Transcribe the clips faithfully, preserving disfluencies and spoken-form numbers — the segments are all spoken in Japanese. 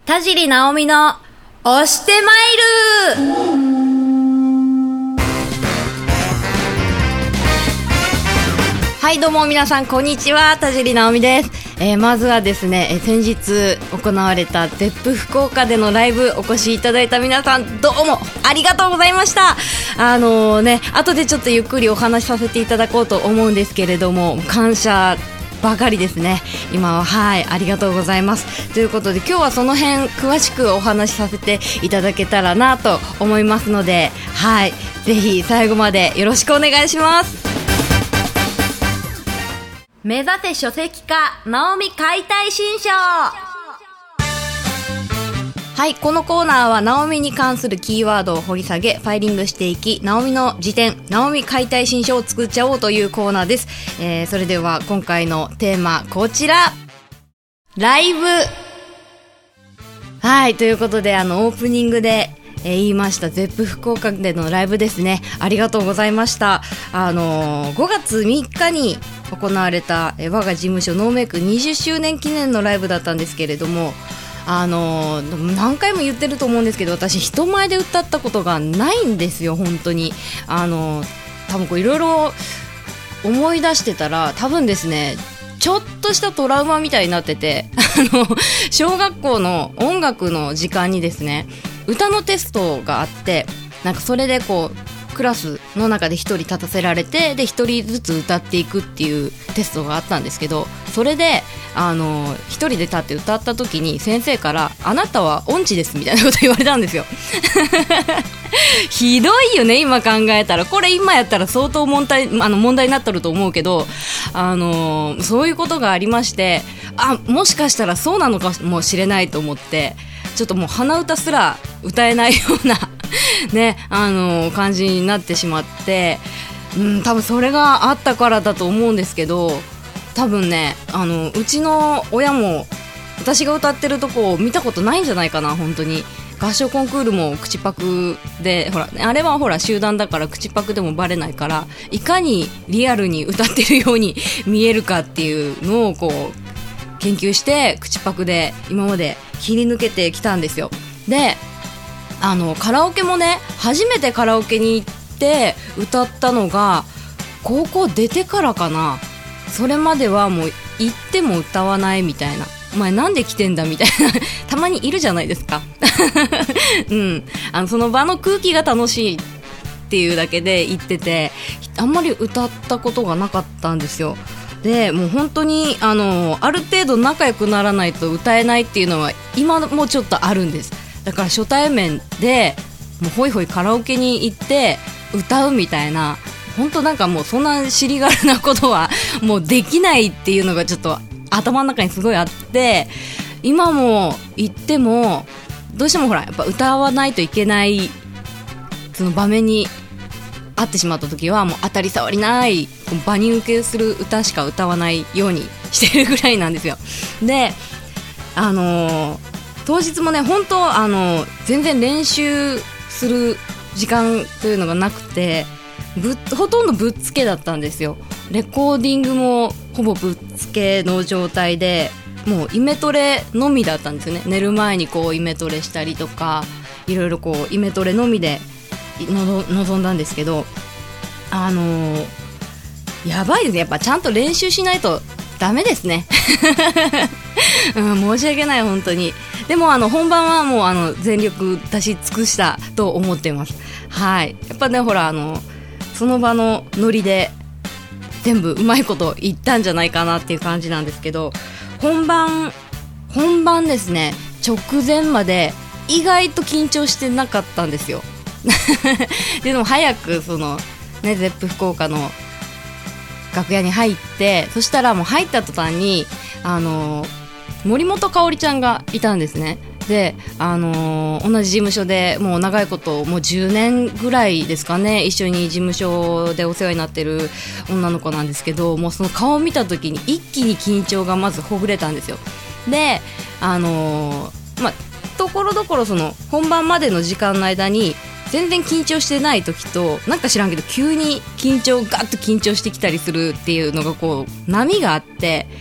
田尻直美の押してまいる。はいどうも皆さんこんにちは、田尻直美です。えー、まずはですね、えー、先日行われたゼップ福岡でのライブお越しいただいた皆さんどうもありがとうございました。あのー、ね後でちょっとゆっくりお話しさせていただこうと思うんですけれども、感謝ばかりですね今は。はいありがとうございます。ということで今日はその辺詳しくお話しさせていただけたらなと思いますので、はいぜひ最後までよろしくお願いします。目指せ書籍化直美解体新書。はい、このコーナーは直美に関するキーワードを掘り下げファイリングしていき、直美の辞典直美解体新書を作っちゃおうというコーナーです。えー、それでは今回のテーマこちら、ライブ。はいということで、あのオープニングでえー、言いましたゼップ福岡でのライブですね。ありがとうございました。あのー、ごがつみっかに行われた、えー、我が事務所ノーメイクにじゅっしゅうねん記念のライブだったんですけれども、あのー、何回も言ってると思うんですけど、私人前で歌ったことがないんですよ本当に。あのー、多分こういろいろ思い出してたら多分ですねちょっとしたトラウマみたいになっててあの小学校の音楽の時間にですね歌のテストがあって、なんかそれでこうクラスの中で一人立たせられて、で一人ずつ歌っていくっていうテストがあったんですけど、それであの一人で立って歌った時に先生からあなたは音痴ですみたいなこと言われたんですよひどいよね今考えたら。これ今やったら相当問題、あの問題になっとると思うけど、あのそういうことがありまして、あもしかしたらそうなのかもしれないと思って、ちょっともう鼻歌すら歌えないようなね、あの感じになってしまって、うん、多分それがあったからだと思うんですけど、多分ねあのうちの親も私が歌ってるとこを見たことないんじゃないかな本当に。合唱コンクールも口パクで、ほらあれはほら集団だから口パクでもバレないから、いかにリアルに歌ってるように見えるかっていうのをこう研究して口パクで今まで切り抜けてきたんですよ。であのカラオケもね初めてカラオケに行って歌ったのが高校出てからかな。それまではもう行っても歌わないみたいな、お前なんで来てんだみたいなたまにいるじゃないですかうん、あのその場の空気が楽しいっていうだけで行ってて、あんまり歌ったことがなかったんですよ。でもう本当に あのある程度仲良くならないと歌えないっていうのは今もちょっとあるんです。だから初対面でもうホイホイカラオケに行って歌うみたいな、本当なんかもうそんな尻軽なことはもうできないっていうのがちょっと頭の中にすごいあって、今も行ってもどうしてもほらやっぱ歌わないといけないその場面に会ってしまった時はもう当たり障りない場に受けする歌しか歌わないようにしてるぐらいなんですよ。であのー、当日もね本当あのー、全然練習する時間というのがなくて、ぶほとんどぶっつけだったんですよ。レコーディングもほぼぶっつけの状態で、もうイメトレのみだったんですよね。寝る前にこうイメトレしたりとかいろいろこうイメトレのみでの臨んだんですけど、あのー、やばいですね。やっぱちゃんと練習しないとダメですね、うん、申し訳ない本当に。でもあの本番はもうあの全力出し尽くしたと思っています。はい、やっぱねほらあのその場のノリで全部うまいこと言ったんじゃないかなっていう感じなんですけど、本番本番ですね直前まで意外と緊張してなかったんですよでも早くそのねゼップ福岡の楽屋に入って、そしたらもう入った途端にあの森本香織ちゃんがいたんですね。で、あのー、同じ事務所でもう長いこともうじゅうねんぐらいですかね、一緒に事務所でお世話になってる女の子なんですけど、もうその顔を見た時に一気に緊張がまずほぐれたんですよ。で、あのーま、ところどころその本番までの時間の間に全然緊張してない時と、なんか知らんけど急に緊張ガッと緊張してきたりするっていうのがこう波があって、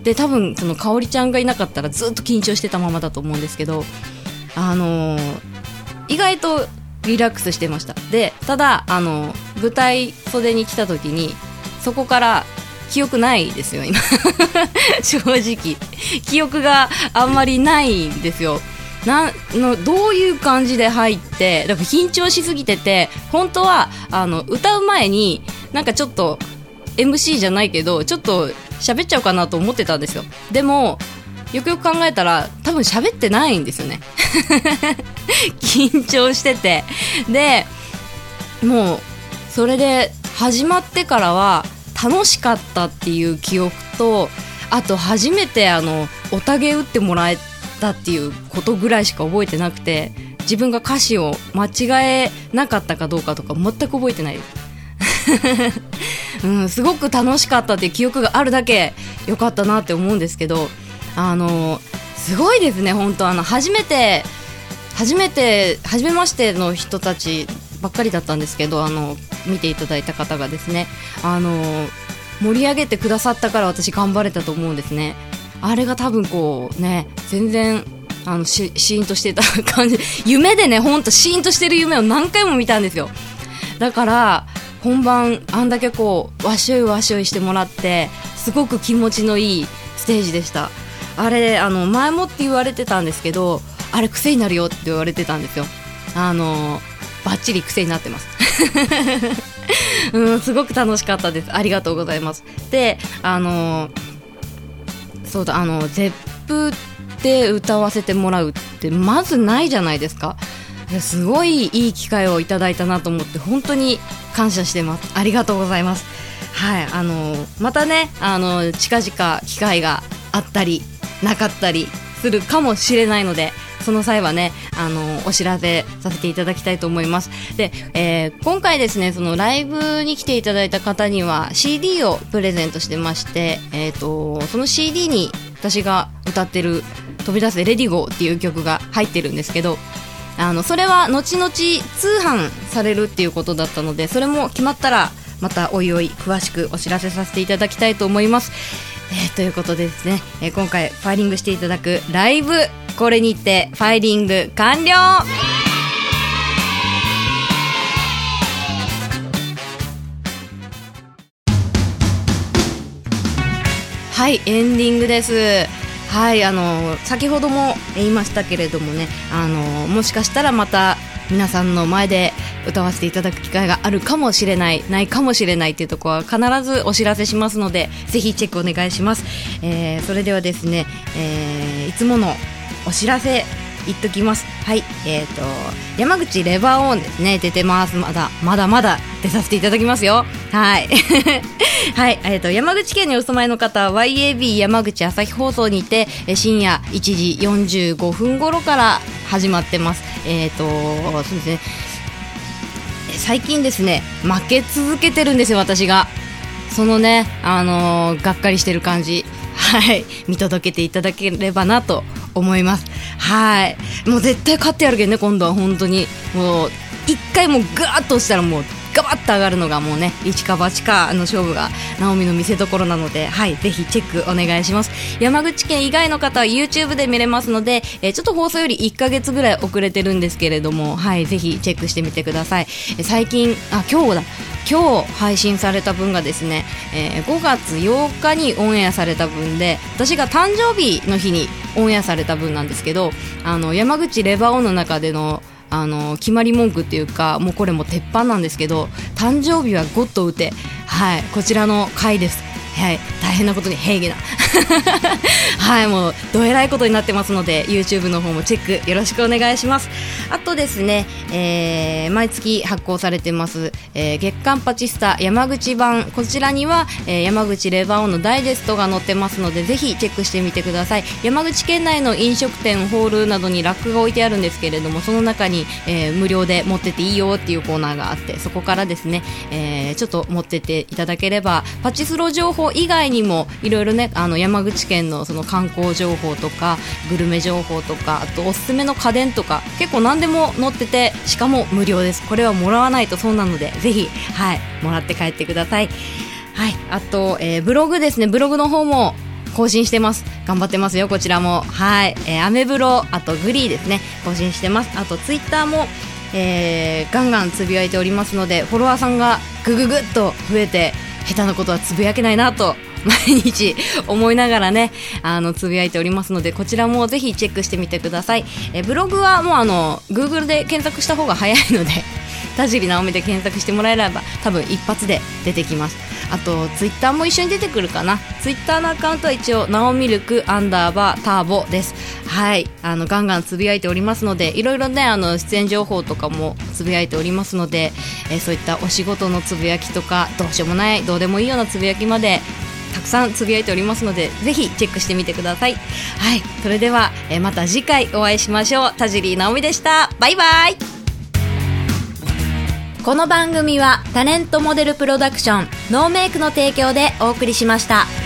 で多分その香織ちゃんがいなかったらずっと緊張してたままだと思うんですけど、あのー、意外とリラックスしてました。でただあの舞台袖に来た時にそこから記憶ないですよ今正直記憶があんまりないんですよ。なのどういう感じで入ってだから緊張しすぎてて、本当はあの歌う前になんかちょっと エムシー じゃないけどちょっと喋っちゃおうかなと思ってたんですよ。でもよくよく考えたら多分喋ってないんですよね緊張してて、でもうそれで始まってからは楽しかったっていう記憶と、あと初めてあのおたげ打ってもらえたっていうことぐらいしか覚えてなくて、自分が歌詞を間違えなかったかどうかとか全く覚えてないです、うん、すごく楽しかったっていう記憶があるだけ良かったなって思うんですけど、あのすごいですね本当。あの初めて初めて初めましての人たちばっかりだったんですけど、あの見ていただいた方がですね、あの盛り上げてくださったから私頑張れたと思うんですね。あれが多分こうね、全然あのしシーンとしてた感じ、夢でねほんとシーンとしてる夢を何回も見たんですよ。だから本番あんだけこうわしょいわしょいしてもらってすごく気持ちのいいステージでした。あれあの前もって言われてたんですけど、あれ癖になるよって言われてたんですよ。あのバッチリ癖になってますうん、すごく楽しかったです。ありがとうございます。であのそうだあのゼップで歌わせてもらうってまずないじゃないですか。すごいいい機会をいただいたなと思って本当に感謝してます。ありがとうございます。はい、あのまたねあの近々機会があったりなかったりするかもしれないので、その際はねあのお知らせさせていただきたいと思います。で、えー、今回ですねそのライブに来ていただいた方には シーディー をプレゼントしてまして、えー、とその シーディー に私が歌ってる飛び出せレディゴーっていう曲が入ってるんですけど、あのそれは後々通販されるっていうことだったので、それも決まったらまたおいおい詳しくお知らせさせていただきたいと思います。えー、ということでですね、えー、今回ファイリングしていただくライブ、これにてファイリング完了。はい、エンディングです。はい、あの先ほども言いましたけれどもね、あのもしかしたらまた皆さんの前で歌わせていただく機会があるかもしれない、ないかもしれないっていうところは必ずお知らせしますので、ぜひチェックお願いします。えー、それではですね、えー、いつものお知らせ言っときます。はい、えーと山口レバーオンですね、出てます。まだまだまだ出させていただきますよ。はいはい、えーと山口県にお住まいの方は ワイエービー 山口朝日放送にて深夜いちじよんじゅうごふん頃から始まってます。えーとそうですね、最近ですね負け続けてるんですよ私が。そのね、あのー、がっかりしてる感じ、はい見届けていただければなと思います。はい、もう絶対勝ってやるけどね、今度は本当にもう一回もうガーッと押したらもうガバッと上がるのがもうね一か八かの勝負が直美の見せ所なので、はいぜひチェックお願いします。山口県以外の方は YouTube で見れますので、えー、ちょっと放送よりいっかげつぐらい遅れてるんですけれども、はいぜひチェックしてみてください。えー、最近あ今日だ今日配信された分がですね、えー、ごがつようかにオンエアされた分で、私が誕生日の日にオンエアされた分なんですけど、あの山口レバーオンの中でのあの決まり文句っていうか、もうこれも鉄板なんですけど、誕生日はゴッド打て、はいこちらの回です。はい、大変なことに平気なはいもうどえらいことになってますので YouTube の方もチェックよろしくお願いします。あとですね、えー、毎月発行されてます、えー、月刊パチスタ山口版、こちらには、えー、山口レバーオンのダイジェストが載ってますので、ぜひチェックしてみてください。山口県内の飲食店ホールなどにラックが置いてあるんですけれども、その中に、えー、無料で持ってっていいよっていうコーナーがあって、そこからですね、えー、ちょっと持ってっていただければ、パチスロ情報以外にもいろいろね、あの山口県のその観光情報とかグルメ情報とか、あとおすすめの家電とか結構何でも載ってて、しかも無料です。これはもらわないとそうなので、ぜひはいもらって帰ってください。はい、あと、えー、ブログですね、ブログの方も更新してます。頑張ってますよこちらも。はい、えー、アメブロ、あとグリーですね、更新してます。あとツイッターも、えー、ガンガンつぶやいておりますので、フォロワーさんがぐぐぐっと増えて、下手なことはつぶやけないなと毎日思いながらね、あのつぶやいておりますので、こちらもぜひチェックしてみてください。えブログはもうあの Google で検索した方が早いので田尻直美で検索してもらえれば多分一発で出てきます。あとツイッターも一緒に出てくるかな。ツイッターのアカウントは一応ナオミルクアンダーバーターボです。はい、あのガンガンつぶやいておりますので、いろいろね、あの出演情報とかもつぶやいておりますので、えー、そういったお仕事のつぶやきとか、どうしようもないどうでもいいようなつぶやきまでたくさんつぶやいておりますので、ぜひチェックしてみてください。はい、それでは、えー、また次回お会いしましょう。田尻直美でした。バイバイ。この番組はタレントモデルプロダクションノーメイクの提供でお送りしました。